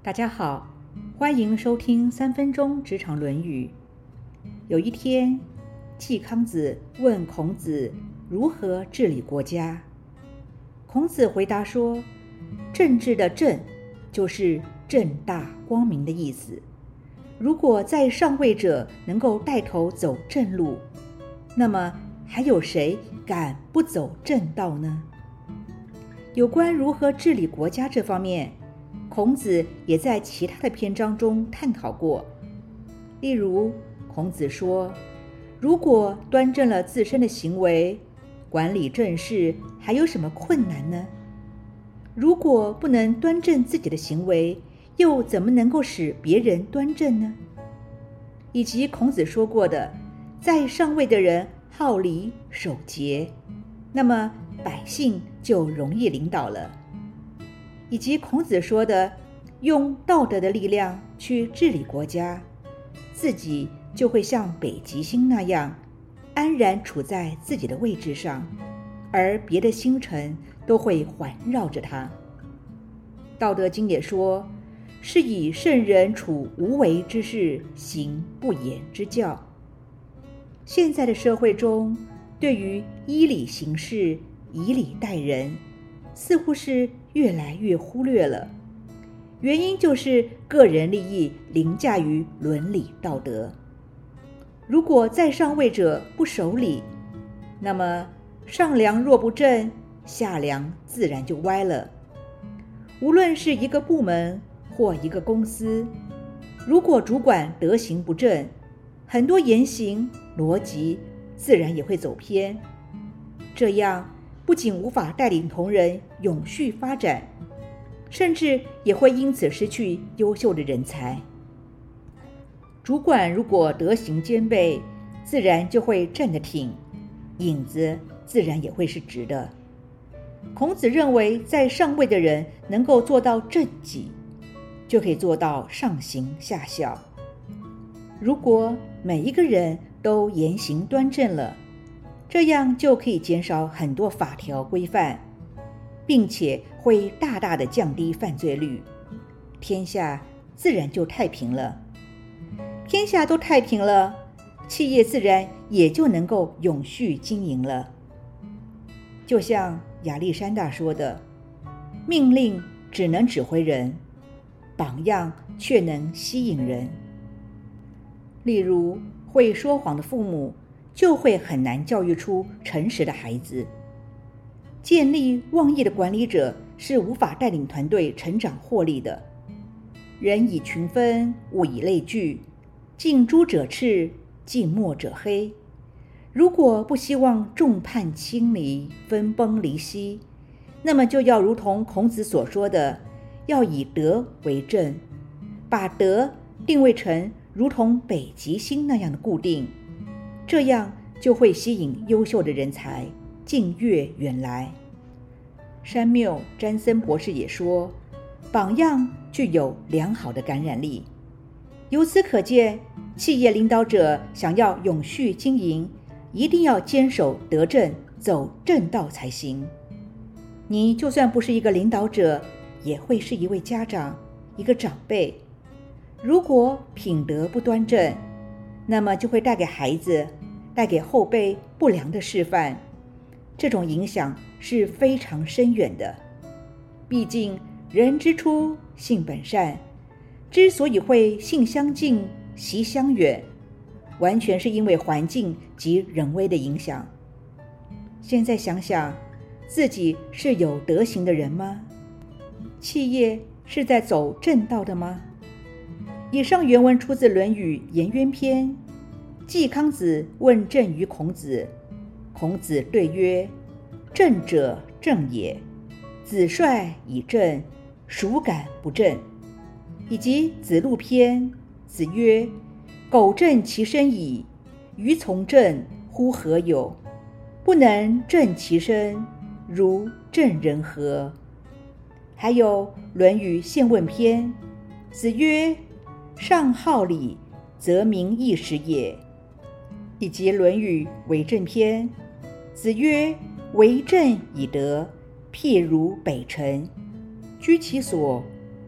大家好，欢迎收听3分钟职场论语。有一天，季康子问孔子如何治理国家。孔子回答说，政治的政就是正大光明的意思。如果在上位者能够带头走正路，那么还有谁敢不走正道呢？有关如何治理国家这方面，孔子也在其他的篇章中探讨过。例如，孔子说，如果端正了自身的行为，管理政事还有什么困难呢？如果不能端正自己的行为，又怎么能够使别人端正呢？以及孔子说过的，在上位的人好礼守节，那么百姓就容易领导了。以及孔子说的，用道德的力量去治理国家，自己就会像北极星那样安然处在自己的位置上，而别的星辰都会环绕着他。道德经也说，是以圣人处无为之事，行不言之教。现在的社会中，对于依礼行事，以礼待人，似乎是越来越忽略了。原因就是个人利益凌驾于伦理道德。如果在上位者不守礼，那么上梁若不正，下梁自然就歪了。无论是一个部门或一个公司，如果主管德行不正，很多言行逻辑自然也会走偏，这样不仅无法带领同仁永续发展，甚至也会因此失去优秀的人才。主管如果德行兼备，自然就会站得挺，影子自然也会是直的。孔子认为，在上位的人能够做到正己，就可以做到上行下效。如果每一个人都言行端正了，这样就可以减少很多法条规范，并且会大大的降低犯罪率，天下自然就太平了。天下都太平了，企业自然也就能够永续经营了。就像亚历山大说的，命令只能指挥人，榜样却能吸引人。例如，会说谎的父母就会很难教育出诚实的孩子。见利忘义的管理者是无法带领团队成长获利的。人以群分，物以类聚，近朱者赤，近墨者黑。如果不希望众叛亲离，分崩离析，那么就要如同孔子所说的，要以德为正，把德定位成如同北极星那样的固定，这样就会吸引优秀的人才，近悦远来。山缪詹森博士也说，榜样具有良好的感染力。由此可见，企业领导者想要永续经营，一定要坚守德政，走正道才行。你就算不是一个领导者，也会是一位家长，一个长辈。如果品德不端正，那么就会带给孩子，带给后辈不良的示范。这种影响是非常深远的。毕竟人之初性本善，之所以会性相近习相远，完全是因为环境及人为的影响。现在想想，自己是有德行的人吗？企业是在走正道的吗？以上原文出自《论语颜渊篇》。季康子问政于孔子，孔子对曰：正者正也，子帅以正，孰敢不正？以及子路篇，子曰：苟正其身矣，于从政乎何有？不能正其身，如正人何？还有论语宪问篇，子曰：上好礼，则民易食也。以及论语为政篇，子曰：为政以德，譬如北辰，居其所，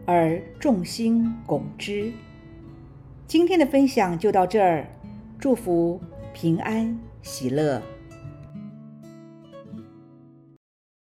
而众星拱之。今天的分享就到这儿，祝福平安喜乐。